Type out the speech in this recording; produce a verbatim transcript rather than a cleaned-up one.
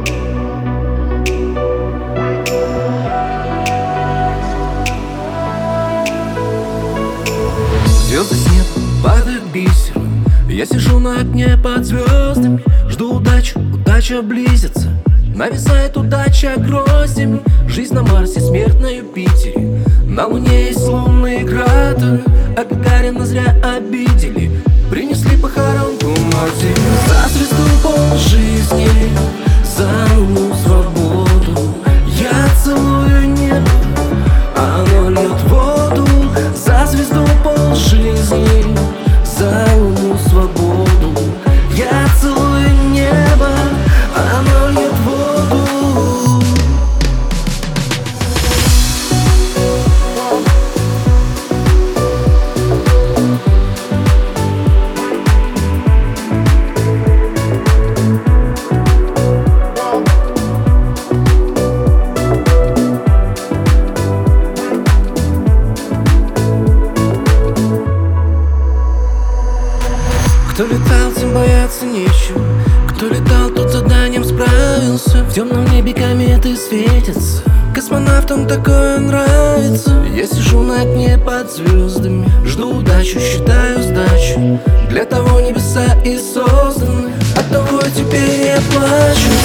Звезды с неба падают бисером. Я сижу на окне под звездами, жду удачу, удача близится. Нависает удача гроздями. Жизнь на Марсе, смерть на Юпитере. На Луне есть лунные кратеры, а Гагарина зря обидели. Принесли похоронку матери. За звезду пол жизни, за луну свободу. Я целую небо, оно льет воду. За звезду пол жизни, за луну свободу. Я целую небо, оно льет воду. Кто летал, тем бояться нечего. Кто летал, тот заданием справился. В темном небе кометы светятся. Космонавтам такое нравится. Я сижу на окне под звездами, жду удачу, считаю сдачу. Для того небеса и созданы, от того теперь я плачу.